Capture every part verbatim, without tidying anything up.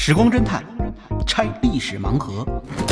时光侦探拆历史盲盒。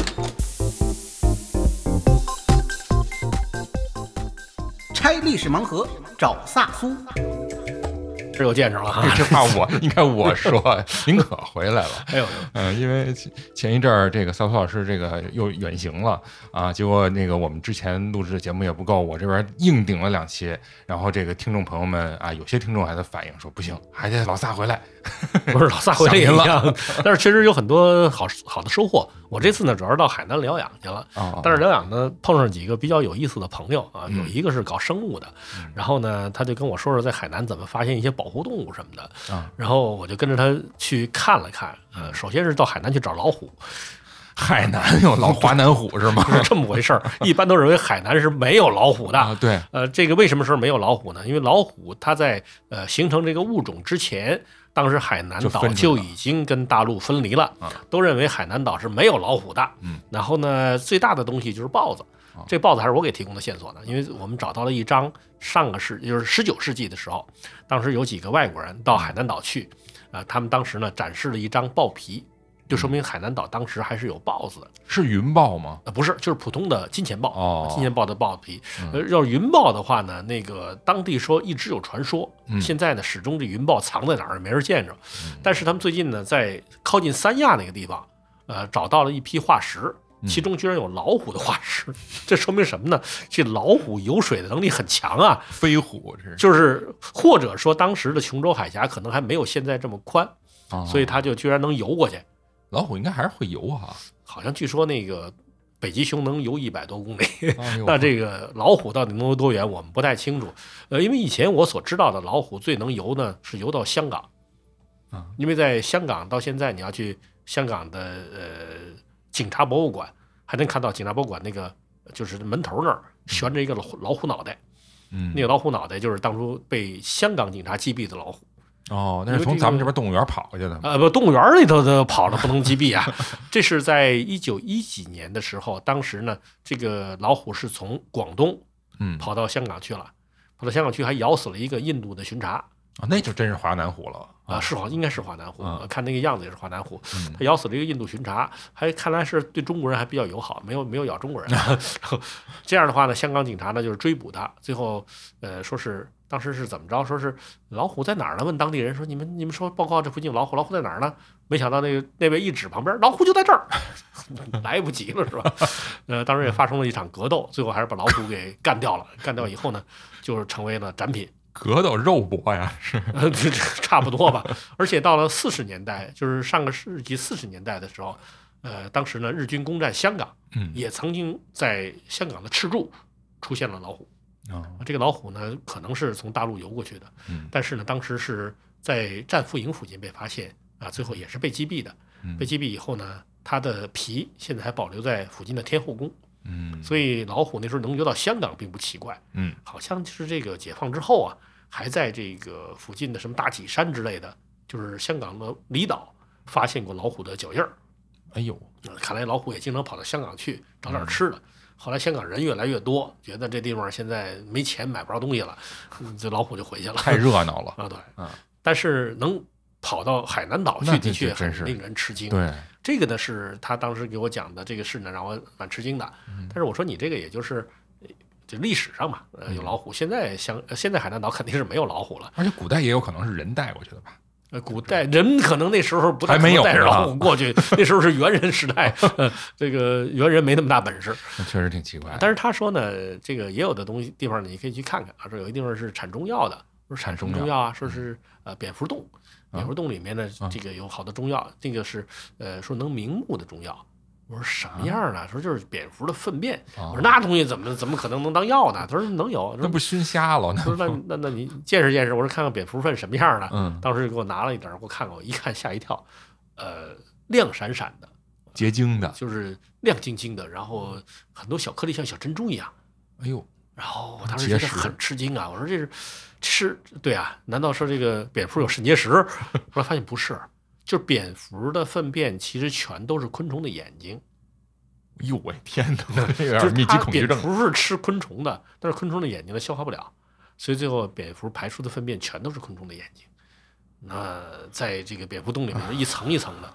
拆历史盲盒找萨苏。 这有见识了啊！ 这话我应该我说，您可回来了。 哎呦， 嗯、呃，因为前一阵儿这个萨苏老师这个又远行了啊，结果那个我们之前录制的节目也不够，我这边硬顶了两期，然后这个听众朋友们啊，有些听众还在反映说不行，还得老萨回来。 不是老萨回来也一样，但是确实有很多好好的收获。我这次呢，主要是到海南疗养去了， 哦、 但是疗养呢碰上几个比较有意思的朋友啊， 嗯、 有一个是搞生物的，嗯、然后呢，他就跟我说说在海南怎么发现一些保护动物什么的， 啊、 然后我就跟着他去看了看。呃，首先是到海南去找老虎。 海南有老华南虎是吗？ 是这么回事儿。一般都认为海南是没有老虎的。 啊、对， 呃，这个为什么说没有老虎呢？因为老虎它在呃形成这个物种之前，当时海南岛就已经跟大陆分离了， 啊、 都认为海南岛是没有老虎的。 嗯， 然后呢，最大的东西就是豹子。 啊、 这豹子还是我给提供的线索呢，因为我们找到了一张上个世，就是十九世纪的时候，当时有几个外国人到海南岛去，啊、呃，他们当时呢展示了一张豹皮。就说明海南岛当时还是有豹子的。 是云豹吗？ 呃，不是，就是普通的金钱豹。 哦， 金钱豹的豹皮。 嗯、 呃，要是云豹的话呢，那个当地说一直有传说， 嗯、 现在呢始终这云豹藏在哪儿没人见着。 嗯、 但是他们最近呢，在靠近三亚那个地方，呃，找到了一批化石，其中居然有老虎的化石。嗯、这说明什么呢？这老虎游水的能力很强啊， 飞虎这是。 就是或者说当时的琼州海峡可能还没有现在这么宽， 哦、 所以它就居然能游过去。 老虎应该还是会游哈、啊， 好像据说那个北极熊能游一百多公里， 哎、 那这个老虎到底能游多远，我们不太清楚。呃，因为以前我所知道的老虎最能游呢是游到香港， 啊， 因为在香港到现在你要去香港的呃警察博物馆，还能看到警察博物馆那个就是门头那儿悬着一个老虎老虎脑袋， 嗯， 那个老虎脑袋就是当初被香港警察击毙的老虎。 哦，那是从咱们这边动物园跑过去的。 呃，不，动物园里头的跑了不能击毙啊。这是在一九一几年的时候，当时呢，这个老虎是从广东嗯跑到香港去了，嗯、跑到香港去还咬死了一个印度的巡查啊、 哦，那就真是华南虎了啊，是好应该是华南虎， 嗯、 看那个样子也是华南虎。 嗯、 他咬死了一个印度巡查，还看来是对中国人还比较友好，没有没有咬中国人。这样的话呢，香港警察呢就是追捕他，最后呃说是。当时是怎么着？说是老虎在哪儿呢？问当地人说：“你们你们说报告这附近有老虎，老虎在哪儿呢？”没想到那个那位一指旁边，老虎就在这儿，来不及了是吧？呃，当时也发生了一场格斗，最后还是把老虎给干掉了。干掉以后呢，就是成为了展品。 格斗肉搏呀，是差不多吧。而且到了四十年代，就是上个世纪四十年代的时候，呃，当时呢日军攻占香港， 嗯， 也曾经在香港的赤柱出现了老虎。 哦、 这个老虎呢，可能是从大陆游过去的， 嗯、 但是呢，当时是在战俘营附近被发现啊，最后也是被击毙的。 嗯、 被击毙以后呢，它的皮现在还保留在附近的天后宫。 嗯， 所以老虎那时候能游到香港并不奇怪。 嗯， 好像就是这个解放之后啊，还在这个附近的什么大戟山之类的，就是香港的离岛发现过老虎的脚印儿。 哎呦， 看来老虎也经常跑到香港去找点吃的。嗯后来香港人越来越多，觉得这地方现在没钱买不着东西了，这老虎就回去了， 太热闹了啊！对， 啊， 但是能跑到海南岛去，的确很令人吃惊。 对， 这个呢是他当时给我讲的这个事呢，让我蛮吃惊的。 嗯、 但是我说你这个也就是就历史上嘛，呃，有老虎，现在香现在海南岛肯定是没有老虎了， 而且古代也有可能是人带过去的吧。 呃，古代人可能那时候不还没有带着老虎过去，那时候是猿人时代，呃，这个猿人没那么大本事， 确实挺奇怪。 但是他说呢，这个也有的东西地方你可以去看看啊，说有一地方是产中药的，说产什么中药啊，说是呃蝙蝠洞，蝙蝠洞里面呢，这个有好多中药，这个是呃说能明目的中药。我说什么样呢？说就是蝙蝠的粪便。我说那东西怎么怎么可能能当药呢？他说能有， 那不熏瞎了？ 他说那那那你见识见识。我说看看蝙蝠粪什么样的。 嗯， 当时就给我拿了一点，给我看看，我一看吓一跳，呃，亮闪闪的， 结晶的， 就是亮晶晶的，然后很多小颗粒像小珍珠一样。 哎呦， 然后我当时觉得很吃惊啊！我说这是吃对啊？难道说这个蝙蝠有肾结石？后来发现不是。就是蝙蝠的粪便其实全都是昆虫的眼睛。 哎呦喂，天哪，这有点密集恐惧症。 蝙蝠是吃昆虫的，但是昆虫的眼睛它消化不了，所以最后蝙蝠排出的粪便全都是昆虫的眼睛。那在这个蝙蝠洞里面一层一层的，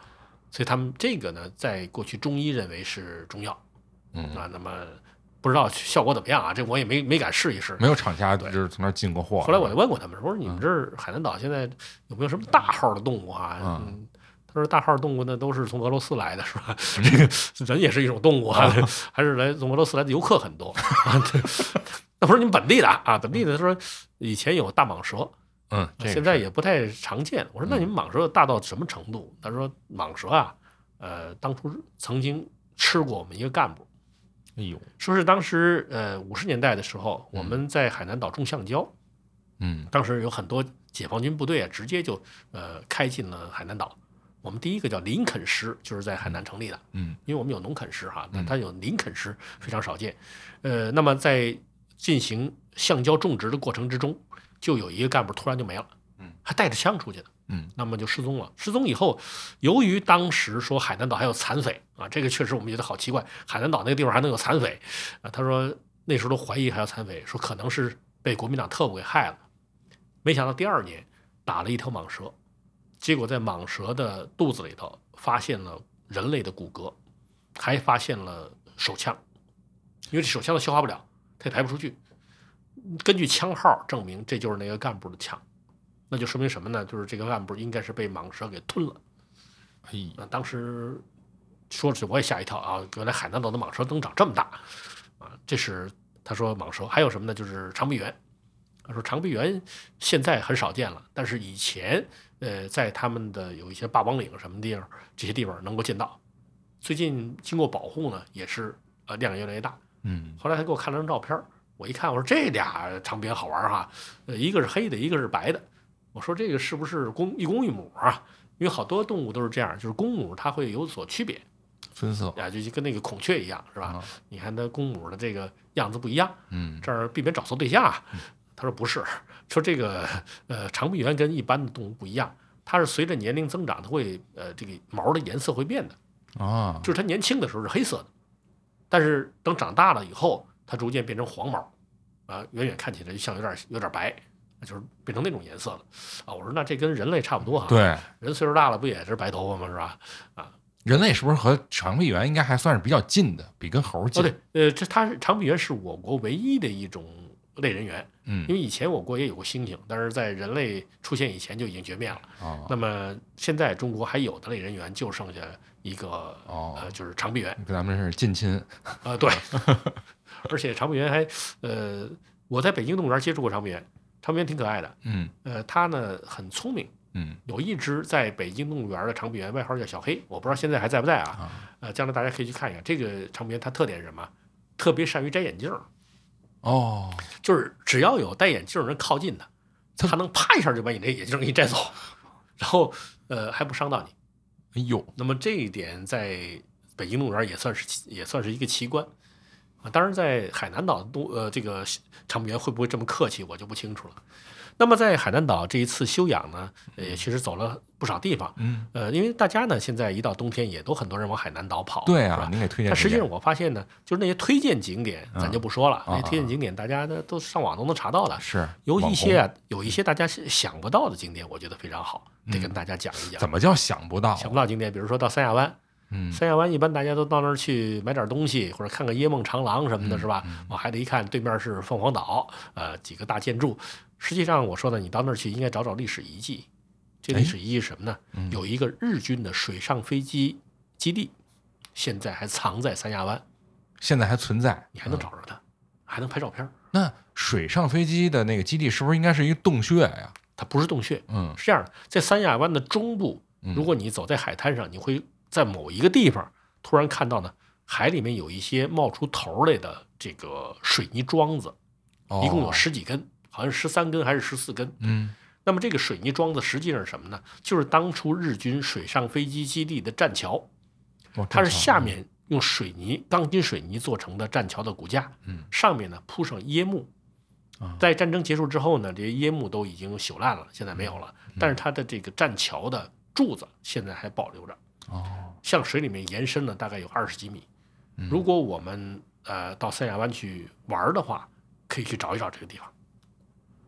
所以他们这个呢，在过去中医认为是中药， 嗯啊，那么不知道效果怎么样啊？这我也没没敢试一试。 没有厂家就是从那儿进过货。 后来我就问过他们，我说你们这儿海南岛现在有没有什么大号的动物啊？ 嗯嗯，他说大号动物呢都是从俄罗斯来的，是吧？这个人也是一种动物啊，还是来从俄罗斯来的游客很多。那不是你们本地的啊？本地的他说以前有大蟒蛇。 嗯，这个现在也不太常见。我说那你们蟒蛇大到什么程度？他说蟒蛇啊，呃，当初曾经吃过我们一个干部。 哎呦， 说是当时呃五十年代的时候，我们在海南岛种橡胶， 嗯， 当时有很多解放军部队啊，直接就呃开进了海南岛。我们第一个叫林肯师，就是在海南成立的。 嗯， 因为我们有农垦师哈，但它有林肯师非常少见。呃，那么在进行橡胶种植的过程之中，就有一个干部突然就没了， 嗯， 还带着枪出去的， 嗯， 那么就失踪了。失踪以后，由于当时说海南岛还有残匪啊，这个确实我们觉得好奇怪，海南岛那个地方还能有残匪啊？他说那时候都怀疑还有残匪，说可能是被国民党特务给害了。没想到第二年打了一条蟒蛇，结果在蟒蛇的肚子里头发现了人类的骨骼，还发现了手枪，因为这手枪都消化不了，它也排不出去。根据枪号证明，这就是那个干部的枪，那就说明什么呢？就是这个干部应该是被蟒蛇给吞了。 哎， 那当时说起我也吓一跳啊！原来海南岛的蟒蛇能长这么大啊！这是他说蟒蛇，还有什么呢？就是长臂猿。他说长臂猿现在很少见了，但是以前呃在他们的有一些霸王岭什么地方这些地方能够见到。最近经过保护呢，也是呃量越来越大。 嗯， 后来他给我看了张照片。我一看，我说这俩长臂猿好玩哈，呃，一个是黑的，一个是白的。我说这个是不是公一公一母啊？因为好多动物都是这样，就是公母它会有所区别， 分色啊，就跟那个孔雀一样，是吧？ 啊你看它公母的这个样子不一样， 嗯， 这儿避免找错对象啊。他说不是，说这个呃长臂猿跟一般的动物不一样，它是随着年龄增长，它会呃这个毛的颜色会变的啊， 就是它年轻的时候是黑色的，但是等长大了以后。它逐渐变成黄毛，啊，远远看起来就像有点有点白，就是变成那种颜色了，啊，我说那这跟人类差不多哈， 对， 人岁数大了不也是白头发吗？是吧？啊， 人类是不是和长臂猿应该还算是比较近的，比跟猴近？ 哦对，呃，这它长臂猿是我国唯一的一种类人猿， 嗯， 因为以前我国也有过猩猩，但是在人类出现以前就已经绝灭了。 哦， 那么现在中国还有的类人猿就剩下一个， 哦， 呃，就是长臂猿， 跟咱们是近亲， 啊，对。而且长臂猿还，呃，我在北京动物园接触过长臂猿，长臂猿挺可爱的， 嗯， 呃，它呢很聪明， 嗯， 有一只在北京动物园的长臂猿，外号叫小黑，我不知道现在还在不在啊，呃，将来大家可以去看一看这个长臂猿，它特点是什么？特别善于摘眼镜， 哦， 就是只要有戴眼镜人靠近它，它能啪一下就把你这眼镜给你摘走，然后呃还不伤到哎你。 呦， 那么这一点在北京动物园也算是也算是一个奇观。啊，当然，在海南岛东呃这个长臂猿会不会这么客气，我就不清楚了。那么在海南岛这一次休养呢，也其实走了不少地方， 嗯， 呃，因为大家呢现在一到冬天也都很多人往海南岛跑， 对啊，您给推荐。 但实际上我发现呢，就是那些推荐景点，咱就不说了， 嗯、 那些推荐景点大家呢都上网都能查到的， 是有一些啊，有一些大家想不到的景点，我觉得非常好，得跟大家讲一讲。 嗯、怎么叫想不到？ 想不到景点，比如说到三亚湾。 嗯， 三亚湾一般大家都到那儿去买点东西，或者看个椰梦长廊什么的，嗯、是吧？我、嗯、还得一看对面是凤凰岛，呃，几个大建筑。实际上我说呢，你到那儿去应该找找历史遗迹。这历史遗迹是什么呢？嗯、有一个日军的水上飞机基地，现在还藏在三亚湾， 现在还存在， 你还能找着它，嗯、还能拍照片。 那水上飞机的那个基地是不是应该是一个洞穴呀？ 它不是洞穴， 嗯， 是这样的，在三亚湾的中部，如果你走在海滩上，你会在某一个地方突然看到呢，海里面有一些冒出头来的这个水泥桩子， 哦、 一共有十几根，好像是十三根还是十四根。 嗯， 那么这个水泥桩子实际上是什么呢？就是当初日军水上飞机基地的栈桥， 哦、 它是下面用水泥、钢筋水泥做成的栈桥的骨架， 嗯， 上面呢铺上椰木。在战争结束之后呢，这些椰木都已经朽烂了，现在没有了。 嗯、 但是它的这个栈桥的柱子现在还保留着。 哦， 向水里面延伸了大概有二十几米。如果我们呃到三亚湾去玩的话，可以去找一找这个地方。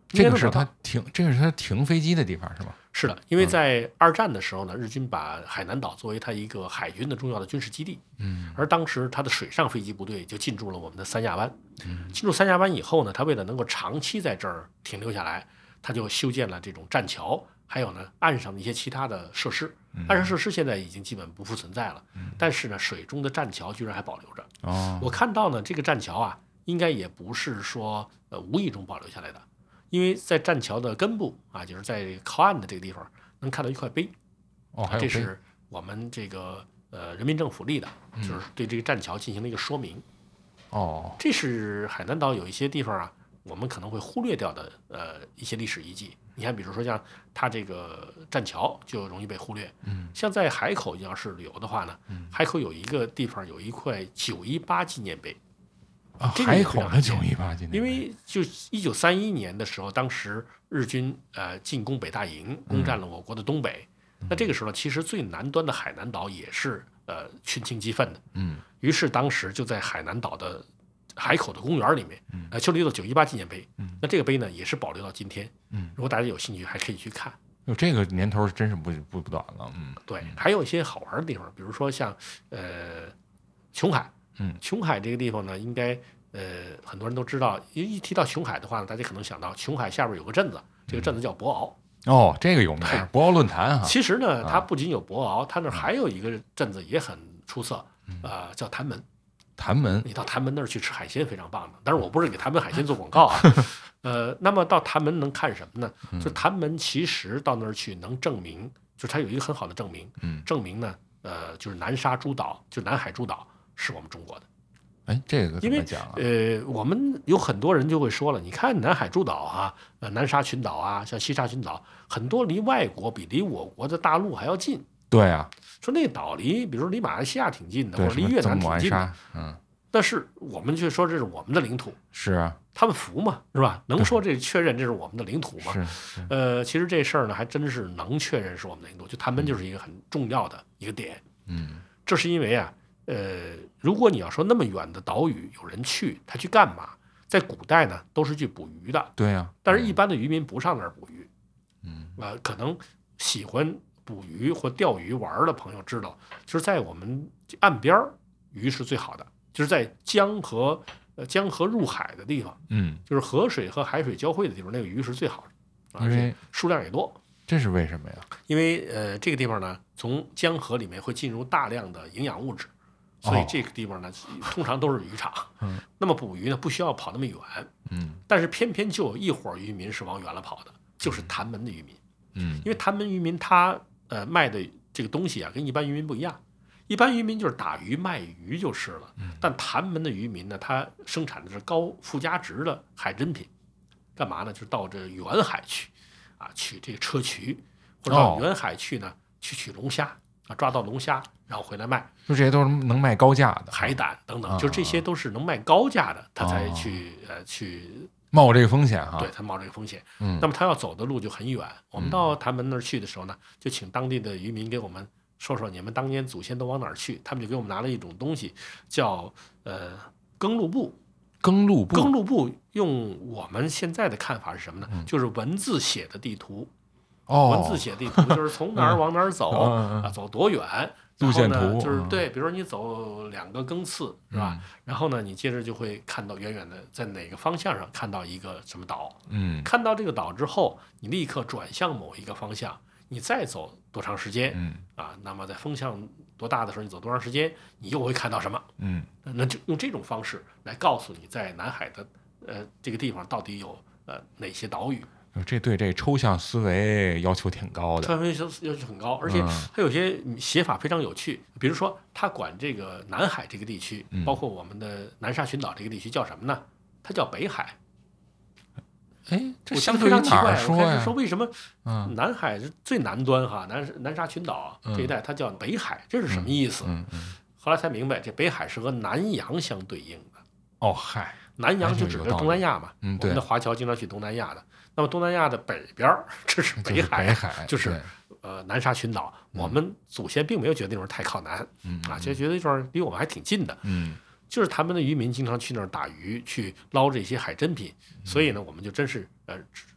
这个是他停，这个是他停飞机的地方是吗？ 是的，因为在二战的时候呢，日军把海南岛作为他一个海军的重要的军事基地， 嗯， 而当时他的水上飞机部队就进驻了我们的三亚湾。进入三亚湾以后呢，他为了能够长期在这儿停留下来，他就修建了这种栈桥，还有呢岸上的一些其他的设施。岸上设施现在已经基本不复存在了，但是呢水中的栈桥居然还保留着。 哦， 我看到呢这个栈桥啊，应该也不是说呃无意中保留下来的。因为在栈桥的根部啊，就是在靠岸的这个地方，能看到一块碑。 哦，还有碑， 这是我们这个呃人民政府立的，就是对这个栈桥进行了一个说明。 哦， 这是海南岛有一些地方啊，我们可能会忽略掉的呃一些历史遗迹。你看，比如说像它这个栈桥就容易被忽略。 嗯， 像在海口要是旅游的话呢，海口有一个地方有一块九一八纪念碑。 啊， 这个海口的九一八纪念碑， 因为就一九三一年的时候，当时日军呃进攻北大营，攻占了我国的东北。嗯、那这个时候，其实最南端的海南岛也是呃群情激愤的。 嗯， 于是当时就在海南岛的海口的公园里面，呃，修了一座九一八纪念碑。嗯，那这个碑呢，也是保留到今天。嗯，如果大家有兴趣，还可以去看。 哟，这个年头真是不不不短了。嗯， 对，还有一些好玩的地方，比如说像呃琼海。 嗯， 琼海这个地方呢，应该呃很多人都知道，一一提到琼海的话呢，大家可能想到琼海下边有个镇子，这个镇子叫博鳌。 哦，这个有名，博鳌论坛哈。 其实呢，它不仅有博鳌，它那还有一个镇子也很出色，呃，叫潭门。 潭门， 你到潭门那儿去吃海鲜非常棒的，但是我不是给潭门海鲜做广告啊。呃，那么到潭门能看什么呢？就潭门其实到那儿去能证明，就是它有一个很好的证明， 嗯， 证明呢，呃，就是南沙诸岛，就南海诸岛是我们中国的。 哎，这个怎么讲啊？ 呃，我们有很多人就会说了，你看南海诸岛啊，呃，南沙群岛啊，像西沙群岛，很多离外国比离我国的大陆还要近。 对啊， 说那个岛离，比如说离马来西亚挺近的，或者离越南挺近的， 嗯， 但是我们却说这是我们的领土。 是啊， 他们服嘛，是吧？能说这确认这是我们的领土吗？ 是是。 呃，其实这事儿呢，还真是能确认是我们的领土，就潭门就是一个很重要的一个点。 嗯， 这是因为啊。呃，如果你要说那么远的岛屿有人去，他去干嘛？在古代呢，都是去捕鱼的。 对呀、啊， 但是一般的渔民不上那儿捕鱼。 嗯， 啊、呃，可能喜欢捕鱼或钓鱼玩的朋友知道，就是在我们岸边鱼是最好的，就是在江河呃江河入海的地方， 嗯， 就是河水和海水交汇的地方，那个鱼是最好的， 因为数量也多。 这是为什么呀？ 因为呃，这个地方呢，从江河里面会进入大量的营养物质。所以这个地方呢，通常都是渔场。 嗯， 那么捕鱼呢，不需要跑那么远。 嗯， 但是偏偏就有一伙渔民是往远了跑的，就是潭门的渔民。 嗯， 因为潭门渔民他呃卖的这个东西啊，跟一般渔民不一样。一般渔民就是打鱼卖鱼就是了， 嗯、 但潭门的渔民呢，他生产的是高附加值的海珍品。干嘛呢？就是到这远海去啊，取这个砗磲，或者到远海去呢，哦、去取龙虾。啊，抓到龙虾，然后回来卖， 就这些都是能卖高价的， 海胆等等，就这些都是能卖高价的，他才去呃去冒这个风险哈。 对，他冒这个风险。 嗯， 那么他要走的路就很远。我们到潭门那儿去的时候呢，就请当地的渔民给我们说说你们当年祖先都往哪儿去。他们就给我们拿了一种东西，叫呃耕路簿。 耕路簿， 耕路簿用我们现在的看法是什么呢？嗯、就是文字写的地图。 哦， 文字写地图就是从哪儿往哪儿走、 嗯、 啊，走多远， 路线图就是对，比如说你走两个更次是吧？ 嗯、 然后呢，你接着就会看到远远的在哪个方向上看到一个什么岛， 嗯， 看到这个岛之后，你立刻转向某一个方向，你再走多长时间， 嗯啊，那么在风向多大的时候，你走多长时间，你又会看到什么？ 嗯， 那就用这种方式来告诉你在南海的呃这个地方到底有呃哪些岛屿。 这对这抽象思维要求挺高的， 抽象要求要求很高，而且它有些写法非常有趣。比如说，他管这个南海这个地区， 嗯、 包括我们的南沙群岛这个地区叫什么呢？它叫北海。 哎，这相对非常奇怪。 说我开始说为什么南海是最南端哈，南南沙群岛这一带它叫北海，这是什么意思？ 嗯嗯。 后来才明白，这北海是和南洋相对应的。 哦，嗨， 南洋就指的是东南亚嘛。 嗯， 我们的华侨经常去东南亚的。那么东南亚的北边这是北海， 北海就是呃南沙群岛。我们祖先并没有觉得那种太靠南， 嗯啊，就觉得这种离我们还挺近的， 嗯， 就是他们的渔民经常去那儿打鱼，去捞这些海珍品，所以呢，我们就真是呃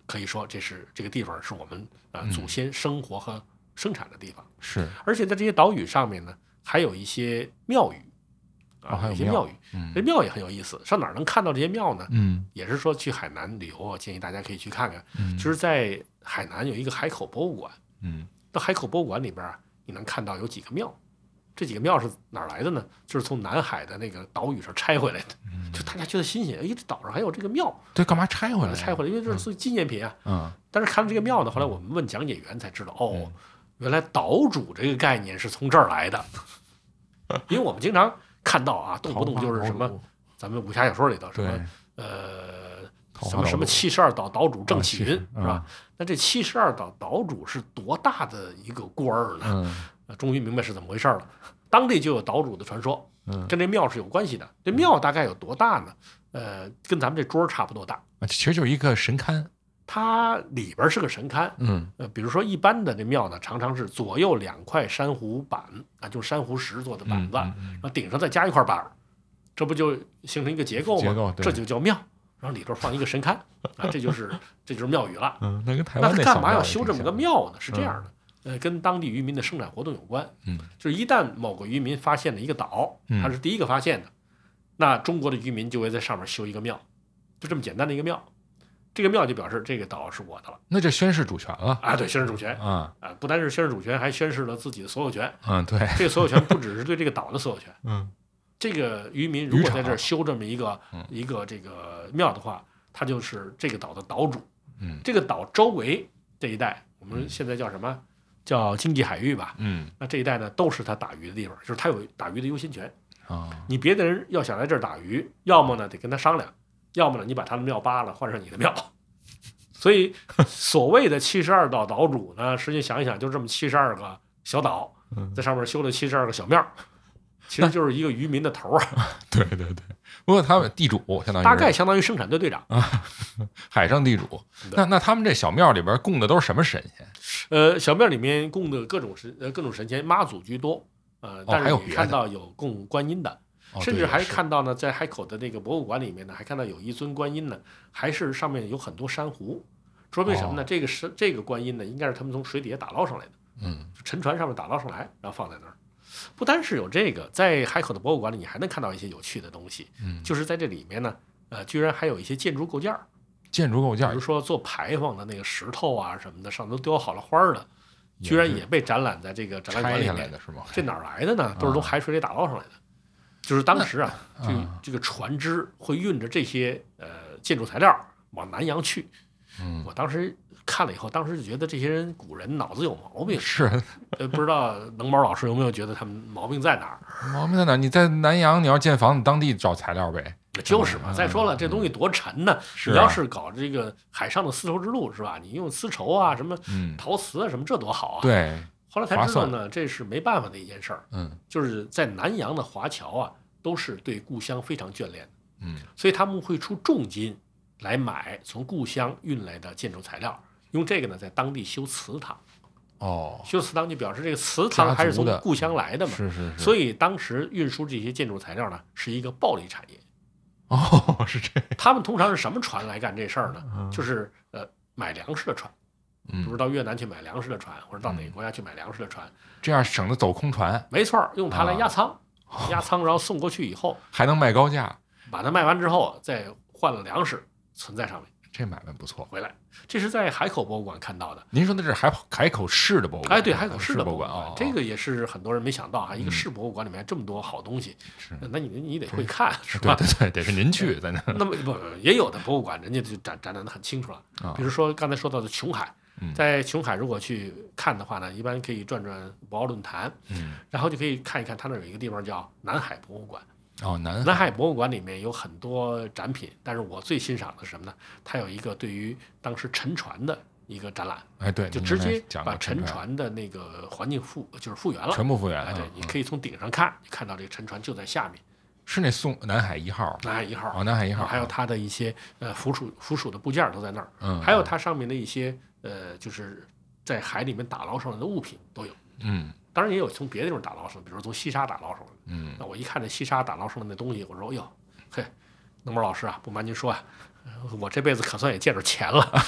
可以说这是这个地方是我们呃嗯祖先生活和生产的地方。 是， 而且在这些岛屿上面呢，还有一些庙宇啊， 哦还有庙一些庙宇， 嗯这庙也很有意思。上哪儿能看到这些庙呢？ 嗯也是说去海南旅游，建议大家可以去看看。 嗯， 就是在海南有一个海口博物馆， 嗯那海口博物馆里边啊，你能看到有几个庙。这几个庙是哪儿来的呢？就是从南海的那个岛屿上拆回来的。 嗯， 就大家觉得新鲜，哎，这岛上还有这个庙， 对，干嘛拆回来？ 把它拆回来，因为这是属于纪念品啊。 嗯但是看到这个庙呢，后来我们问讲解员才知道，哦嗯， 原来岛主这个概念是从这儿来的。因为我们经常看到啊，动不动就是什么，咱们武侠小说里头什么对， 呃桃花什么什么岛主七十二岛岛主郑启云、 啊是吧？那这七十二岛岛主是多大的一个官儿呢？ 嗯呃终于明白是怎么回事了。当地就有岛主的传说， 嗯， 跟这庙是有关系的。这庙大概有多大呢？呃，跟咱们这桌儿差不多大。 啊其实就是一个神龛。 它里边是个神龛， 嗯呃，比如说一般的这庙呢，常常是左右两块珊瑚板啊，就是珊瑚石做的板子， 嗯嗯然后顶上再加一块板儿，这不就形成一个结构吗？ 结构对这就叫庙。然后里头放一个神龛啊，这就是这就是庙宇了。 嗯，那跟台湾那那干嘛要小庙也挺修这么个像？ 庙呢？是这样的，呃，跟当地渔民的生产活动有关。 嗯就是一旦某个渔民发现了一个岛， 嗯他是第一个发现的，那中国的渔民就会在上面修一个庙，就这么简单的一个庙。这个庙就表示这个岛是我的了那就宣示主权了啊！对，宣示主权啊。 啊，不单是宣示主权，还宣示了自己的所有权。 嗯，对， 这个所有权不只是对这个岛的所有权。 嗯这个渔民如果在这儿渔场修这么一个嗯一个这个庙的话，他就是这个岛的岛主。 嗯这个岛周围这一带，我们现在叫什么？叫经济海域吧。 嗯那这一带呢，都是他打鱼的地方，就是他有打鱼的优先权。 啊， 你别的人要想来这儿打鱼，要么呢得跟他商量，要么呢你把他的庙扒了，换上你的庙。所以所谓的七十二岛岛主呢，实际想一想，就这么七十二个小岛， 嗯在上面修了七十二个小庙，其实就是一个渔民的头儿， 对对对。不过他们地主相当于大概相当于生产队队长。 海上地主。 对那那他们这小庙里边供的都是什么神仙？ 呃，小庙里面供的各种神呃各种神仙，妈祖居多，呃，但是也还有别的看到有供观音的。 哦甚至还对也是看到呢，在海口的那个博物馆里面呢，还看到有一尊观音呢，还是上面有很多珊瑚，说明什么呢？ 哦这个是这个观音呢，应该是他们从水底下打捞上来的， 嗯就沉船上面打捞上来，然后放在那儿。不单是有这个，在海口的博物馆里，你还能看到一些有趣的东西， 嗯， 就是在这里面呢，呃，居然还有一些建筑构件儿， 建筑构件比如说做牌坊的那个石头啊什么的，上头都雕好了花儿的，居然也被展览在这个展览馆拆里面。 下来的是吗？ 这哪儿来的呢？都是从海水里打捞上来的。就是当时啊，这个啊这个船只会运着这些呃建筑材料往南洋去。 嗯， 我当时看了以后，当时就觉得这些人古人脑子有毛病。 是呃，不知道能毛老师有没有觉得他们毛病在哪儿？ 毛病在哪？你在南阳，你要建房，你当地找材料呗。 就是嘛。 嗯再说了，这东西多沉呢！ 是啊你要是搞这个海上的丝绸之路是吧？你用丝绸啊、什么嗯， 陶瓷啊、什么，这多好啊！。 对， 后来才划算知道呢，这是没办法的一件事儿。 嗯就是在南洋的华侨啊，都是对故乡非常眷恋的。 嗯所以他们会出重金来买从故乡运来的建筑材料，用这个呢在当地修祠堂。 哦， 修祠堂就表示这个祠堂还是从故乡来的嘛。 是是是。 所以当时运输这些建筑材料呢是一个暴利产业。 哦，是这样。 他们通常是什么船来干这事儿呢？ 嗯就是呃买粮食的船，比如嗯， 到越南去买粮食的船，或者到哪个国家去买粮食的船， 这样省得走空船， 没错儿，用它来压仓， 啊压仓然后送过去以后， 还能卖高价， 把它卖完之后再换了粮食存在上面。 这买卖不错。 回来，这是在海口博物馆看到的。 您说的这是海海口市的博物馆？ 哎，对，海口市的博博物馆， 哦， 这个也是很多人没想到啊，一个嗯市博物馆里面这么多好东西， 是那你你得会看是吧？ 对对对，得是您去在那。 那么不也有的博物馆，人家就展展览的很清楚了。 啊比如说刚才说到的琼海， 嗯在琼海如果去看的话呢，一般可以转转博鳌论坛， 嗯， 然后就可以看一看，它那儿有一个地方叫南海博物馆。 哦，南南海博物馆里面有很多展品，但是我最欣赏的是什么呢？它有一个对于当时沉船的一个展览， 哎对， 就您刚才直接把讲过沉船的那个环境复就是复原了。 全部复原。 哎，对嗯， 你可以从顶上看，你看到这个沉船就在下面， 是那宋南海一号南海一号， 哦，南海一号， 还有它的一些呃附属附属的部件都在那儿， 嗯， 还有它上面的一些呃就是在海里面打捞上来的物品都有。 嗯当然也有从别的地方打捞上来，比如说从西沙打捞上来的。 嗯那我一看这西沙打捞上来的东西，我说：“哎呦，嘿，能毛老师啊，不瞒您说啊，呃我这辈子可算也见着钱了。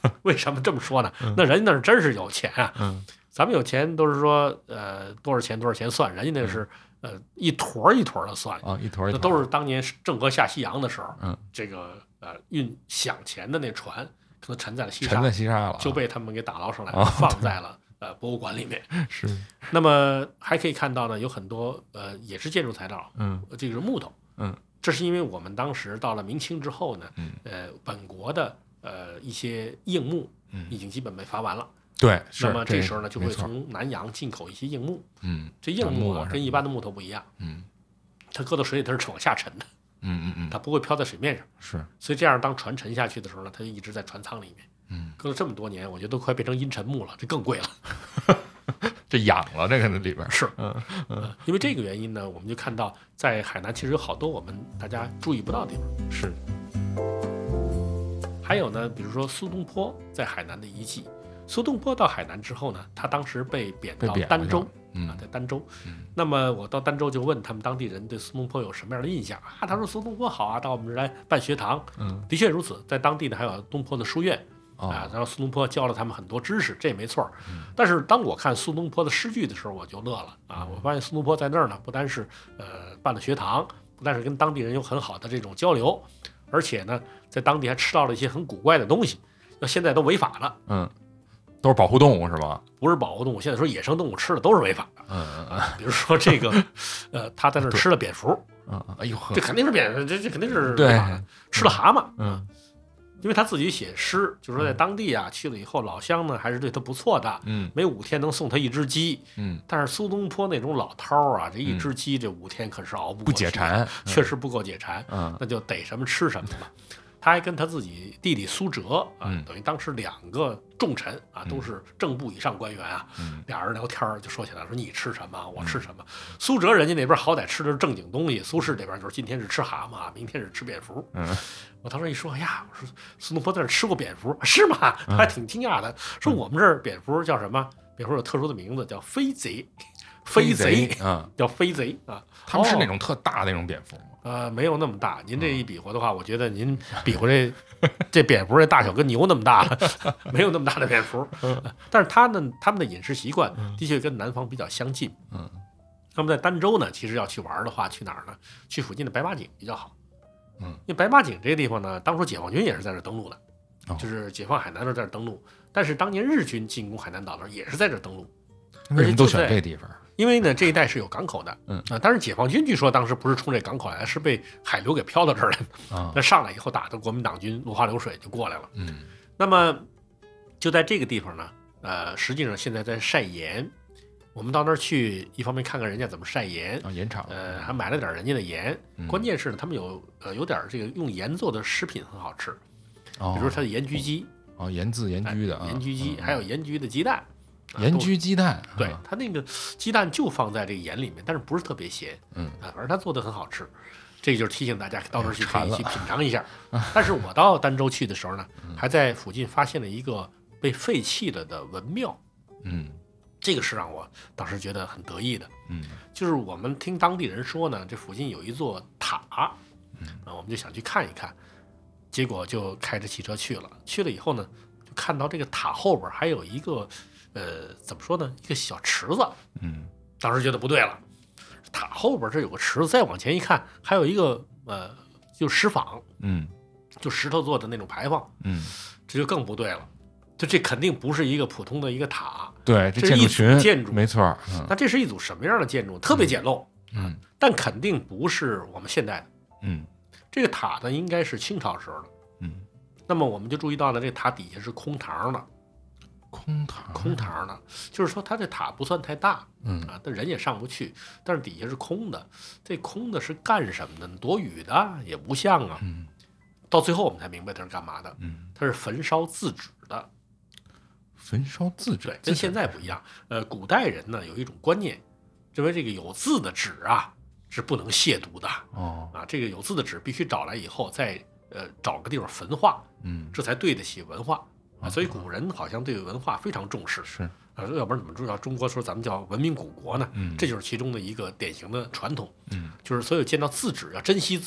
为什么这么说呢？那人家那真是有钱啊。 嗯， 咱们有钱都是说呃多少钱多少钱算，人家那是呃一坨一坨的算啊，一坨一坨， 那都是当年郑和下西洋的时候， 嗯， 这个呃运饷钱的那船可能沉在了西沙， 沉在西沙了， 就被他们给打捞上来， 哦放在了呃博物馆里面。 是， 那么还可以看到呢，有很多呃也是建筑材料， 嗯， 这个是木头， 嗯， 这是因为我们当时到了明清之后呢， 嗯， 呃，本国的呃一些硬木嗯已经基本被伐完了。 对，是。 那么这时候呢，就会没错从南洋进口一些硬木。 嗯， 这硬木啊， 楠木啊跟一般的木头不一样， 嗯它搁到水里它是往下沉的， 嗯嗯嗯， 它不会漂在水面上。 是， 所以这样当船沉下去的时候呢，它就一直在船舱里面。 嗯， 搁了这么多年，我觉得都快变成阴沉木了，这更贵了。 这养了这个里边是， 嗯嗯，因为这个原因呢，我们就看到在海南其实有好多我们大家注意不到的地方。 是， 还有呢，比如说苏东坡在海南的遗迹。苏东坡到海南之后呢，他当时被贬到被贬儋州了嗯啊，在儋州。 嗯那么我到儋州就问他们当地人对苏东坡有什么样的印象啊？他说苏东坡好啊，到我们这儿来办学堂。 嗯， 的确如此，在当地呢还有东坡的书院。 哦啊，然后苏东坡教了他们很多知识，这也没错儿。 嗯但是当我看苏东坡的诗句的时候，我就乐了啊！我发现苏东坡在那儿呢，不单是呃办了学堂，不但是跟当地人有很好的这种交流，而且呢，在当地还吃到了一些很古怪的东西，那现在都违法了。 嗯，都是保护动物是吧？ 不是保护动物，现在说野生动物吃的都是违法的。 嗯嗯嗯比如说这个，呃，他在那儿吃了蝙蝠， 嗯，哎呦呵这，肯定是蝙，这这肯定是对违法的。吃了蛤蟆， 嗯因为他自己写诗，就说在当地啊去了以后，老乡呢还是对他不错的， 嗯每五天能送他一只鸡。 嗯， 但是苏东坡那种老饕儿啊，这一只鸡这五天可是熬不过不解去， 馋， 确实不够解馋， 嗯那就逮什么吃什么吧。他还跟他自己弟弟苏辙啊， 嗯等于当时两个重臣啊，都是正部以上官员啊， 嗯俩人聊天儿就说起来说你吃什么，我吃什么。苏辙人家那边好歹吃的是正经东西，苏轼这边就是今天是吃蛤蟆，明天是吃蝙蝠。 嗯我当时一说，哎呀，我说苏东坡在这儿吃过蝙蝠是吗？ 嗯他还挺惊讶的，说我们这儿蝙蝠叫什么？蝙蝠有特殊的名字叫飞贼，飞贼嗯， 叫飞贼啊。 他们是那哦种特大的那种蝙蝠吗？ 呃，没有那么大。您这一比划的话，我觉得您比划这这蝙蝠这大小跟牛那么大了，没有那么大的蝙蝠。但是它呢，他们的饮食习惯的确跟南方比较相近。 嗯， 那么在儋州呢，其实要去玩的话，去哪儿呢？去附近的白马井比较好。 嗯， 因为白马井这个地方呢，当初解放军也是在这儿登陆的， 哦就是解放海南的时候在这儿登陆。但是当年日军进攻海南岛的时候，也是在这儿登陆。 为什么都选这地方？ 因为呢，这一带是有港口的， 嗯啊，但是解放军据说当时不是冲这港口来的，是被海流给漂到这儿来的。 啊， 那上来以后打的国民党军落花流水就过来了。 嗯那么就在这个地方呢，呃，实际上现在在晒盐。我们到那儿去，一方面看看人家怎么晒盐， 啊，盐场， 呃，还买了点人家的盐。 嗯关键是呢，他们有呃有点这个用盐做的食品很好吃， 哦比如说它的盐焗鸡， 哦，盐渍盐焗的啊， 盐焗鸡， 嗯还有盐焗的鸡蛋。啊盐都焗鸡蛋， 对啊， 它那个鸡蛋就放在这个盐里面，但是不是特别咸， 嗯啊，反正它做的很好吃。这就是提醒大家到那儿去可馋了以去品尝一下。但是我到儋州去的时候呢，还在附近发现了一个被废弃了的文庙， 嗯这个是让我当时觉得很得意的。 嗯就是我们听当地人说呢，这附近有一座塔， 嗯啊，我们就想去看一看，结果就开着汽车去了。去了以后呢，就看到这个塔后边还有一个，呃，怎么说呢，一个小池子。 嗯当时觉得不对了，塔后边这有个池子，再往前一看，还有一个呃，就石坊， 嗯就石头做的那种牌坊， 嗯， 这就更不对了。就这肯定不是一个普通的一个塔， 对， 这是一组建筑群建筑没错儿，嗯那这是一组什么样的建筑？特别简陋， 嗯但肯定不是我们现代的。 嗯这个塔呢，应该是清朝时候的。 嗯， 那么我们就注意到了，这塔底下是空堂的， 空堂空堂的，就是说它这塔不算太大， 嗯啊，但人也上不去，但是底下是空的。这空的是干什么的呢？躲雨的也不像啊。 嗯到最后我们才明白它是干嘛的， 嗯， 它是焚烧自纸的。 焚烧自纸对，，跟现在不一样。呃，古代人呢有一种观念，认为这个有字的纸啊是不能亵渎的哦， 啊，这个有字的纸必须找来以后再呃找个地方焚化， 嗯这才对得起文化啊。所以古人好像对文化非常重视是， 啊，要不然怎么知道中国说咱们叫文明古国呢？ 嗯这就是其中的一个典型的传统， 嗯就是所有见到字纸要珍惜字纸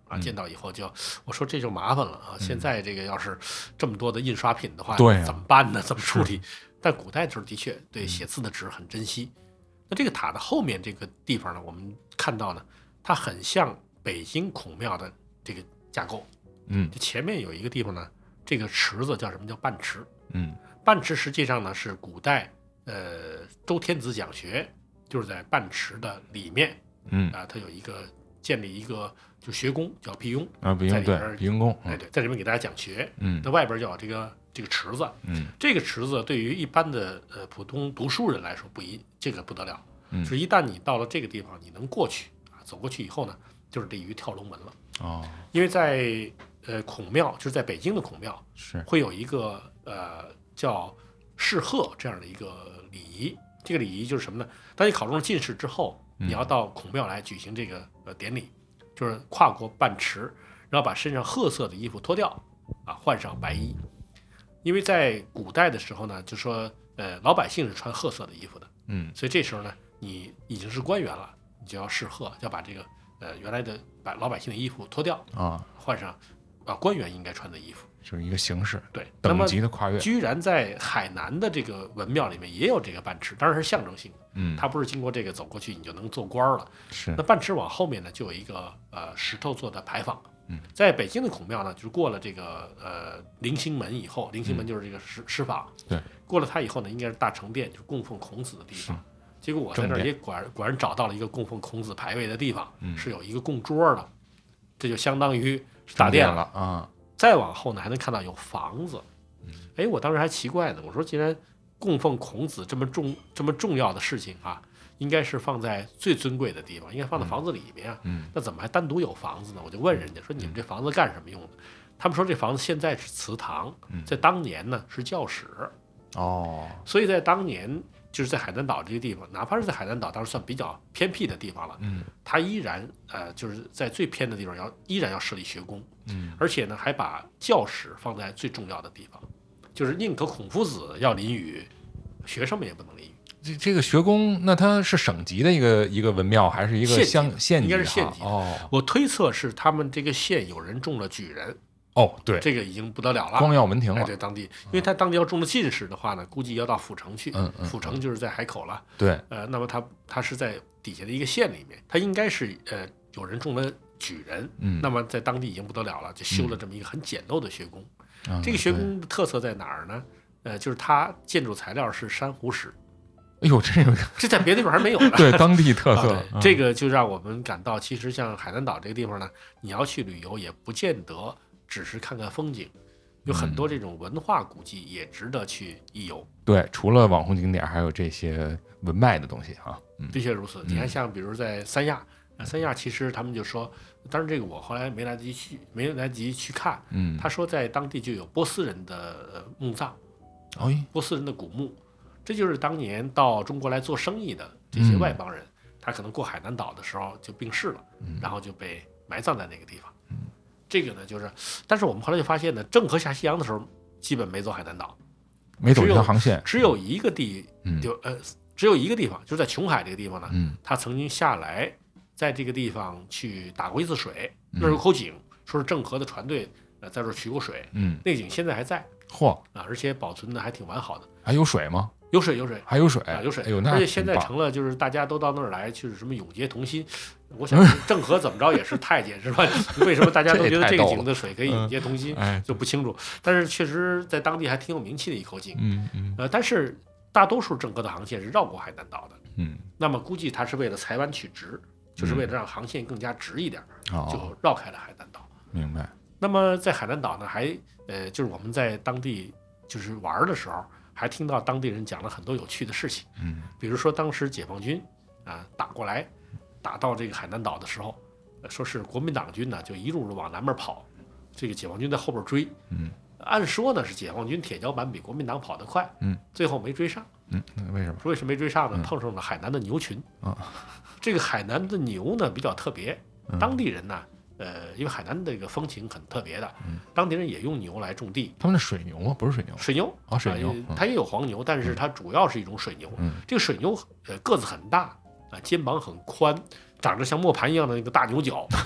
啊，见到以后就我说这就麻烦了啊！ 嗯、 现在这个要是这么多的印刷品的话， 对、啊， 怎么办呢？怎么处理？但古代时候的确对写字的纸很珍惜。嗯、那这个塔的后面这个地方呢，我们看到呢，它很像北京孔庙的这个架构。 嗯， 前面有一个地方呢，这个池子叫什么叫半池？ 嗯， 半池实际上呢是古代呃周天子讲学，就是在半池的里面， 嗯啊，它有一个建立一个就学宫叫辟雍啊，辟雍对，辟雍宫， 哎对，在里面给大家讲学， 嗯， 那外边就有这个这个池子， 嗯， 这个池子对于一般的呃普通读书人来说不一，这个不得了， 嗯， 是一旦你到了这个地方，你能过去啊，走过去以后呢，就是鲤鱼跳龙门了， 哦， 因为在呃孔庙，就是在北京的孔庙是会有一个呃叫试鹤这样的一个礼仪，这个礼仪就是什么呢？当你考中了进士之后，你要到孔庙来举行这个呃典礼，就是跨过半池，然后把身上褐色的衣服脱掉，啊，换上白衣。因为在古代的时候呢，就说呃老百姓是穿褐色的衣服的， 嗯， 所以这时候呢，你已经是官员了，你就要试鹤，要把这个呃原来的把老百姓的衣服脱掉啊， 换上啊官员应该穿的衣服。 就是一个形式， 对， 等级的跨越。 居然在海南的这个文庙里面也有这个半池，当然是象征性的， 嗯， 它不是经过这个走过去你就能做官了。 是， 那半池往后面呢，就有一个呃石头做的牌坊。 嗯， 在北京的孔庙呢，就是过了这个呃棂星门以后，棂星门就是这个石、嗯、石坊。 对， 过了它以后呢，应该是大成殿，就是供奉孔子的地方。结果我在那儿也果然果然找到了一个供奉孔子牌位的地方， 嗯、 是有一个供桌的，这就相当于是大殿了啊。 再往后呢，还能看到有房子。哎，我当时还奇怪呢，我说既然供奉孔子这么重这么重要的事情啊，应该是放在最尊贵的地方，应该放在房子里面啊。 嗯， 那怎么还单独有房子呢？我就问人家说：“你们这房子干什么用的？”他们说：“这房子现在是祠堂，在当年呢是教室。” 哦， 所以在当年就是在海南岛这个地方，哪怕是在海南岛，当时算比较偏僻的地方了， 嗯， 它依然呃就是在最偏的地方要依然要设立学宫。 嗯， 而且呢，还把教室放在最重要的地方，就是宁可孔夫子要淋雨，学生们也不能淋雨。 这这个学宫，那它是省级的一个一个文庙，还是一个乡县级？ 应该是县级哦。 我推测是他们这个县有人中了举人。 哦，对， 这个已经不得了了， 光耀门庭了。 哎，对，当地，因为他当地要中了进士的话呢，估计要到府城去。 嗯嗯。 府城就是在海口了。 对。 呃，那么他他是在底下的一个县里面，他应该是呃有人中了举人。 嗯。 那么在当地已经不得了了，就修了这么一个很简陋的学宫。 嗯、 这个学宫的特色在哪儿呢？呃，就是它建筑材料是珊瑚石。 哎呦，这个这在别的地方还没有的。 对，当地特色、 啊嗯。这个就让我们感到，其实像海南岛这个地方呢，你要去旅游也不见得只是看看风景，有很多这种文化古迹也值得去一游。 嗯、对，除了网红景点，还有这些文脉的东西啊。嗯、 的确如此。你看，像比如在三亚，嗯、三亚其实他们就说，当然这个我后来没来得及去，没来得及去看。 嗯， 他说在当地就有波斯人的墓葬， 哦， 波斯人的古墓，这就是当年到中国来做生意的这些外邦人， 嗯、 他可能过海南岛的时候就病逝了， 嗯、 然后就被埋葬在那个地方。这个呢，就是，但是我们后来就发现呢，郑和下西洋的时候，基本没走海南岛， 没走这条航线， 只有一个地， 嗯、 就呃，只有一个地方，就是在琼海这个地方呢， 嗯、 他曾经下来，在这个地方去打过一次水，那儿有口井，说是郑和的船队呃在这儿取过水， 嗯， 那个井现在还在， 嚯啊，而且保存的还挺完好的。 还有水吗？ 有水有水， 还有水啊，有水。 哎呦，那而且现在成了就是大家都到那儿来，就是什么永结同心。我想郑和怎么着也是太监是吧？为什么大家都觉得这个井的水可以永结同心， 嗯、 就不清楚。但是确实在当地还挺有名气的一口井。 嗯嗯。 呃，但是大多数郑和的航线是绕过海南岛的。 嗯。 那么估计他是为了裁弯取直，就是为了让航线更加直一点， 嗯、 就绕开了海南岛。 明白。 那么在海南岛呢，还呃，就是我们在当地就是玩的时候。还听到当地人讲了很多有趣的事情， 嗯， 比如说当时解放军啊打过来，打到这个海南岛的时候，说是国民党军呢就一路往南边跑，这个解放军在后边追， 嗯， 按说呢是解放军铁脚板比国民党跑得快， 嗯， 最后没追上， 嗯，为什么？ 为什么没追上呢？ 嗯、 碰上了海南的牛群啊， 这个海南的牛呢比较特别， 嗯、 当地人呢。呃，因为海南这个风情很特别的， 嗯、 当地人也用牛来种地。 他们的水牛吗？不是水牛， 水牛啊、哦，水牛、 呃，它也有黄牛，但是它主要是一种水牛。 嗯， 这个水牛呃个子很大啊，肩膀很宽，长着像磨盘一样的那个大牛角，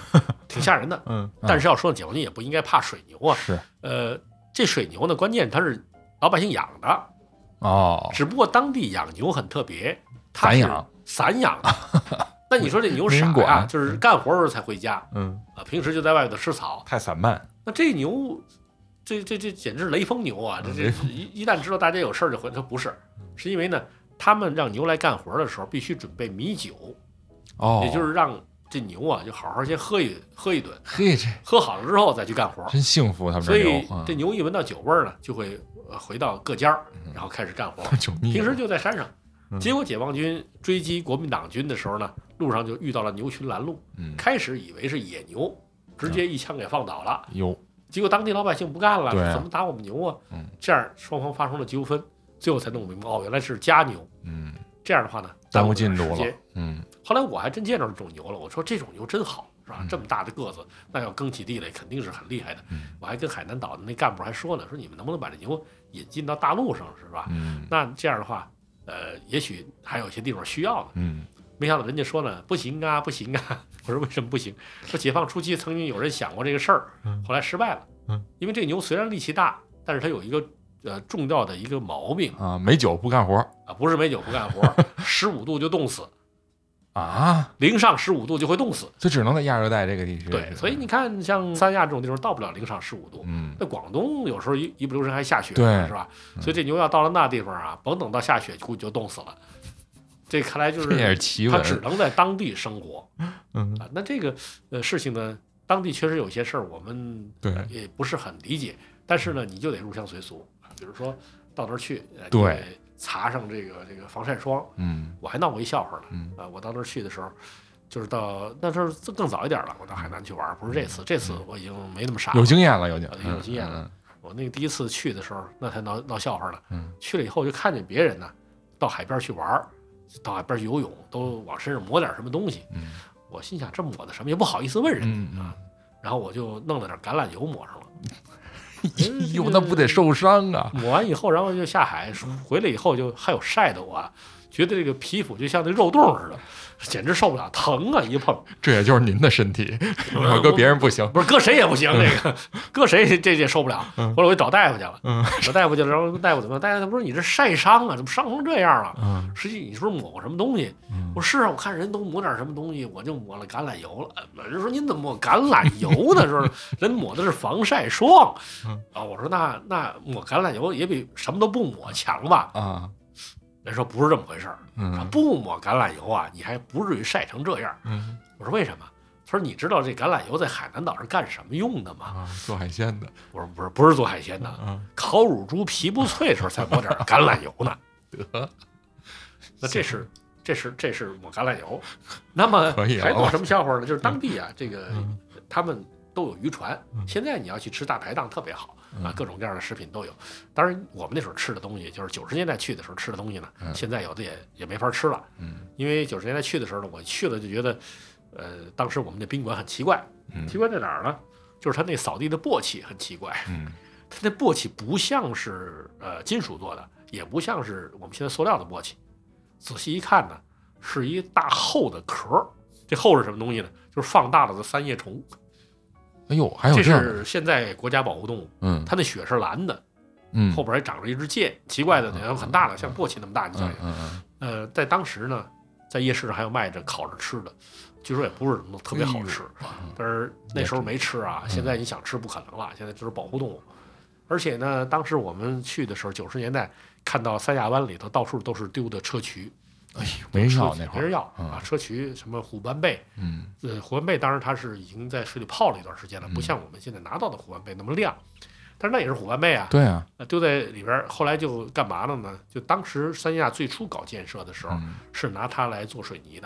挺吓人的。 嗯， 但是要说解放军也不应该怕水牛啊。 是呃，这水牛呢，关键它是老百姓养的哦， 只不过当地养牛很特别，它是散养散养的。那你说这牛傻呀、 没人管就是干活的时候才回家嗯， 啊，平时就在外头吃草。 太散漫， 那这牛，这这这简直是雷锋牛啊！这这一一旦知道大家有事儿就回，它不是，是因为呢，他们让牛来干活的时候必须准备米酒， 哦， 也就是让这牛啊就好好先喝一喝一顿， 嘿，这喝好了之后再去干活。 真幸福，他们所以这牛啊这牛一闻到酒味儿呢，就会呃回到各家儿，然后开始干活。 酒腻平时就在山上。 嗯结果解放军追击国民党军的时候呢，路上就遇到了牛群拦路， 嗯， 开始以为是野牛，直接一枪给放倒了。 哟， 结果当地老百姓不干了， 对啊怎么打我们牛啊？ 嗯这样双方发生了纠纷，最后才弄明白，哦，原来是家牛。 嗯， 这样的话呢， 耽误进度了耽误时间， 嗯， 后来我还真见着这种牛了，我说这种牛真好，是吧？ 嗯这么大的个子，那要耕起地来肯定是很厉害的。 嗯我还跟海南岛的那干部还说呢，说你们能不能把这牛引进到大陆上，是吧？ 嗯那这样的话，呃，也许还有一些地方需要呢。 嗯没想到人家说呢，不行啊，不行啊。我说为什么不行？说解放初期曾经有人想过这个事儿，后来失败了。 嗯， 因为这个牛虽然力气大，但是它有一个呃重要的一个毛病啊，没酒不干活啊，不是没酒不干活，十五度就冻死， 啊， 零上十五度就会冻死。 这只能在亚热带这个地区。 对，所以你看，像三亚这种地方到不了零上十五度。 嗯， 那广东有时候一一不留神还下雪， 对是吧？所以这牛要到了那地方啊，甭等到下雪，估计就冻死了。这看来就是这也是奇它闻。 只能在当地生活。 嗯， 啊，那这个呃事情呢，当地确实有些事儿我们对也不是很理解，但是呢，你就得入乡随俗啊，比如说到那儿去，呃对， 你得擦上这个这个防晒霜。 嗯我还闹过一笑话呢， 嗯啊，我到那儿去的时候，就是到那时候更早一点了，我到海南去玩，不是这次，这次我已经没那么傻了， 有经验了，有经呃有经验了。 嗯我那个第一次去的时候，那才闹闹笑话呢。 嗯去了以后就看见别人呢，到海边去玩，到海边去游泳，都往身上抹点什么东西。 嗯我心想这抹的什么，也不好意思问人家、 嗯嗯啊。然后我就弄了点橄榄油抹上了。 嗯，哟，那不得受伤啊？ 抹完以后，然后就下海，回来以后就还有晒的我、啊，觉得这个皮肤就像那肉冻似的，简直受不了，疼啊！一碰， 这也就是您的身体，要搁别人不行。 不是搁谁也不行，这个搁谁这这受不了。 嗯后来我就找大夫去了， 嗯找大夫去了，然后大夫怎么样？大夫他不是你这晒伤啊，怎么伤成这样了？ 嗯实际你是不是抹过什么东西？ 嗯我说是啊，我看人都抹点什么东西，我就抹了橄榄油了。人说您怎么抹橄榄油呢？说人抹的是防晒霜嗯啊。我说那那抹橄榄油也比什么都不抹强吧？ 啊人说不是这么回事儿，说嗯不抹橄榄油啊，你还不至于晒成这样。 嗯我说为什么？他说你知道这橄榄油在海南岛是干什么用的吗？ 啊，做海鲜的。 我说不是，不是做海鲜的， 嗯， 烤乳猪皮不脆的时候才抹点橄榄油呢。 得， 那这是这是这是抹橄榄油。那么可以了还搞什么笑话呢？就是当地啊，这个嗯他们都有渔船嗯。 现在你要去吃大排档特别好啊嗯， 各种各样的食品都有。当然，我们那时候吃的东西，就是九十年代去的时候吃的东西呢， 嗯现在有的也也没法吃了。 嗯因为九十年代去的时候呢，我去了就觉得，呃，当时我们那宾馆很奇怪， 嗯奇怪在哪儿呢？就是它那扫地的簸箕很奇怪， 嗯它那簸箕不像是呃金属做的，也不像是我们现在塑料的簸箕。仔细一看呢，是一大厚的壳儿。这厚是什么东西呢？就是放大了的三叶虫。 哎呦，还有这这样的。 是现在国家保护动物， 嗯它那血是蓝的， 嗯， 后边还长着一支箭，奇怪的， 嗯然后很大的，像簸箕那么大，你想嗯想。 嗯呃，在当时呢，在夜市上还有卖着烤着吃的，据说也不是什么特别好吃，但是那时候没吃啊。 嗯现在你想吃不可能了，现在这是保护动物。而且呢，当时我们去的时候，九十年代看到三亚湾里头到处都是丢的车渠， 哎呦，没人要车那会儿。 没人要嗯啊，车渠什么虎斑贝， 嗯呃，虎斑贝当然它是已经在水里泡了一段时间了， 嗯不像我们现在拿到的虎斑贝那么亮，但是那也是虎斑贝啊。 对啊。 呃丢在里边儿，后来就干嘛了呢？就当时三亚最初搞建设的时候， 嗯是拿它来做水泥的。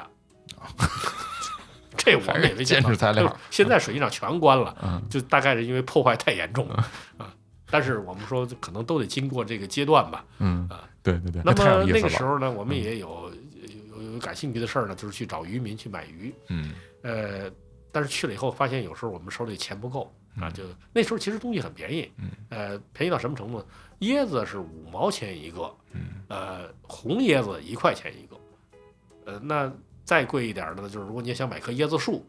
这我们也没建见到筑材料就是现在水泥厂全关了， 嗯就大概是因为破坏太严重了啊。但是我们说，可能都得经过这个阶段吧。 嗯啊， 对对对。 那太有么那个意思了。 时候呢，我们也有有有有感兴趣的事儿呢，就是去找渔民去买鱼。 嗯呃，但是去了以后，发现有时候我们手里钱不够啊， 嗯就那时候其实东西很便宜， 嗯呃，便宜到什么程度呢？椰子是五毛钱一个， 嗯呃，红椰子一块钱一个，呃，那再贵一点的呢，就是如果你也想买棵椰子树，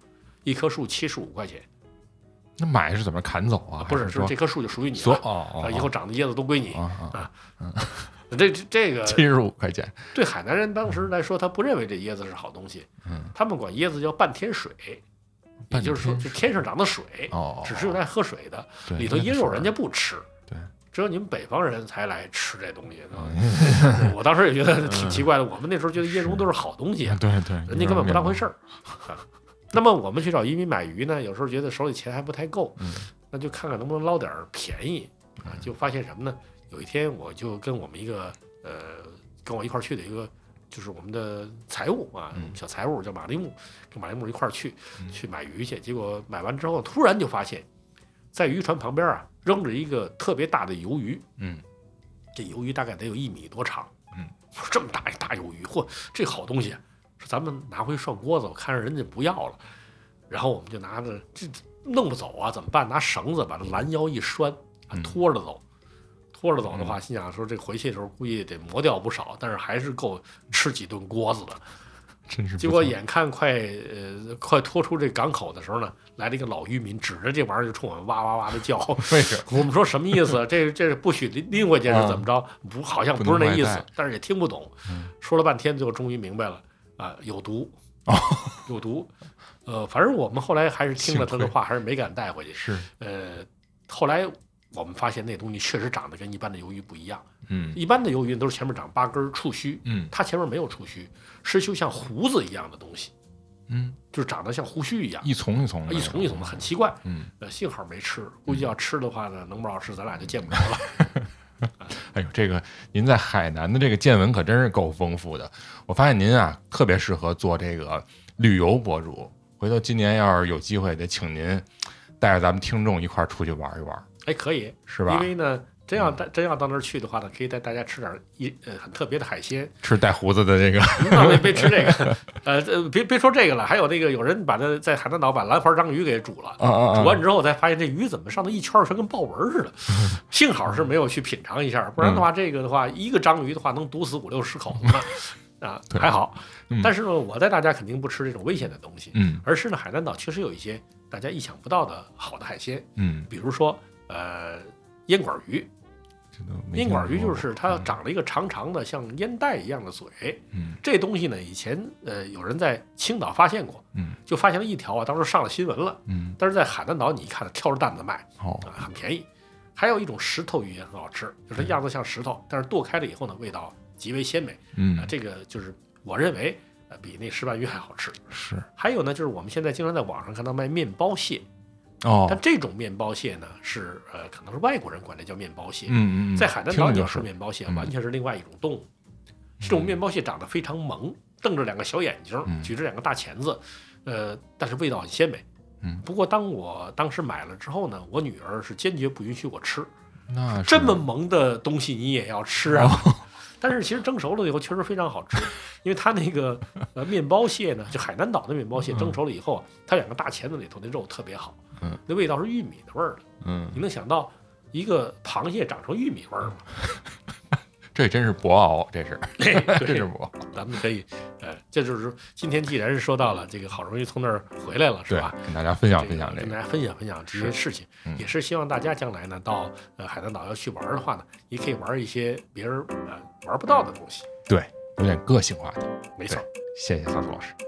一棵树七十五块钱。 那买是怎么砍走啊？ 不是， 是说这棵树就属于你所了， 哦哦， 以后长的叶子都归你啊啊。这这个七十五块钱， 对海南人当时来说，他不认为这椰子是好东西， 嗯， 他们管椰子叫半天水，也就是说，是天上长的水， 哦， 只是用来喝水的，里头椰肉人家不吃， 对， 只有你们北方人才来吃这东西。嗯、我当时也觉得挺奇怪的，我们那时候觉得椰蓉都是好东西， 对对， 人家根本不当回事儿。那么我们去找渔民买鱼呢，有时候觉得手里钱还不太够， 嗯、 那就看看能不能捞点便宜啊。就发现什么呢？有一天我就跟我们一个呃跟我一块儿去的一个就是我们的财务啊， 嗯、 小财务叫马立木，跟马立木一块儿去、嗯、去买鱼去。结果买完之后，突然就发现，在渔船旁边啊扔着一个特别大的鱿鱼， 嗯， 这鱿鱼大概得有一米多长， 嗯， 这么大一大鱿鱼，嚯，这好东西啊！说咱们拿回涮锅子，我看着人家不要了，然后我们就拿着这弄不走啊，怎么办？拿绳子把这拦腰一拴，啊，拖着走。拖着走的话，心想说这回去的时候估计得磨掉不少，但是还是够吃几顿锅子的。 真是。 结果眼看快呃快拖出这港口的时候呢，来了一个老渔民，指着这玩意儿就冲我们哇哇哇的叫。 为什么？ 我们说什么意思？这这不许拎回去是怎么着？不，好像不是那意思，但是也听不懂。 嗯、说了半天，最后终于明白了啊，有毒， 哦、 有毒。呃，反正我们后来还是听了他的话，还是没敢带回去。 是。 呃，后来。我们发现那东西确实长得跟一般的鱿鱼不一样。 嗯， 一般的鱿鱼都是前面长八根触须， 嗯， 它前面没有触须，是就像胡子一样的东西， 嗯， 就是长得像胡须一样， 一丛一丛的， 一丛一丛的，很奇怪。 嗯， 呃，幸好没吃，估计要吃的话呢，能不好吃，咱俩就见不着了。 哎呦，这个您在海南的这个见闻可真是够丰富的。我发现您啊，特别适合做这个旅游博主。回头今年要是有机会，得请您带着咱们听众一块儿出去玩一玩。 哎，可以， 是吧？ 因为呢，真要带真要到那儿去的话呢，可以带大家吃点一呃很特别的海鲜， 吃带胡子的这个， 那别别吃这个，呃，别别说这个了，还有那个有人把那在海南岛把兰花章鱼给煮了， 啊啊啊煮完之后才发现这鱼怎么上头一圈全跟豹纹似的，幸好是没有去品尝一下，不然的话，这个的话一个章鱼的话能毒死五六十口子呢。啊，还好， 嗯、 但是呢，我带大家肯定不吃这种危险的东西， 嗯， 而是呢，海南岛确实有一些大家意想不到的好的海鲜， 嗯， 比如说呃烟管鱼，烟管鱼就是它长了一个长长的像烟袋一样的嘴， 嗯， 这东西呢以前呃有人在青岛发现过， 嗯， 就发现了一条啊，当时上了新闻了， 嗯， 但是在海南岛你一看挑着担子卖， 哦， 啊，很便宜。还有一种石头鱼也很好吃，就是它样子像石头，但是剁开了以后呢，味道极为鲜美， 嗯， 啊，这个就是我认为呃比那石斑鱼还好吃。 是。 还有呢，就是我们现在经常在网上看到卖面包蟹。 哦， 但这种面包蟹呢，是呃，可能是外国人管这叫面包蟹。 嗯嗯， 在海南岛你要说面包蟹，完全是另外一种动物。这种面包蟹长得非常萌，瞪着两个小眼睛，举着两个大钳子，呃，但是味道很鲜美。 嗯， 不过当我当时买了之后呢，我女儿是坚决不允许我吃。 那这么萌的东西你也要吃啊？哦、但是其实蒸熟了以后确实非常好吃，因为它那个呃面包蟹呢，就海南岛的面包蟹蒸熟了以后，它两个大钳子里头那肉特别好。 嗯， 那味道是玉米的味儿的。 嗯， 你能想到一个螃蟹长成玉米味儿吗？ 这真是博鳌，这是，这是博鳌。 咱们可以，呃，这就是今天既然是说到了这个，好容易从那儿回来了，是吧？ 跟大家分享分享这个， 跟大家分享分享这些事情， 嗯、 也是希望大家将来呢，到呃海南岛要去玩的话呢，也可以玩一些别人呃玩不到的东西。 对，有点个性化的， 没错。 谢谢萨苏老师。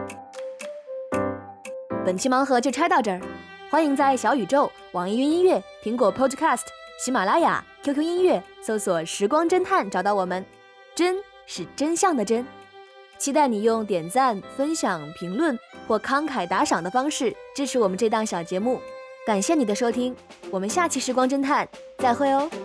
本期盲盒就拆到这儿，欢迎在小宇宙、网易云音乐、苹果 Podcast、喜马拉雅、Q Q 音乐搜索时光侦探找到我们，真是真相的真。期待你用点赞、分享、评论或慷慨打赏的方式支持我们这档小节目。感谢你的收听，我们下期时光侦探再会哦。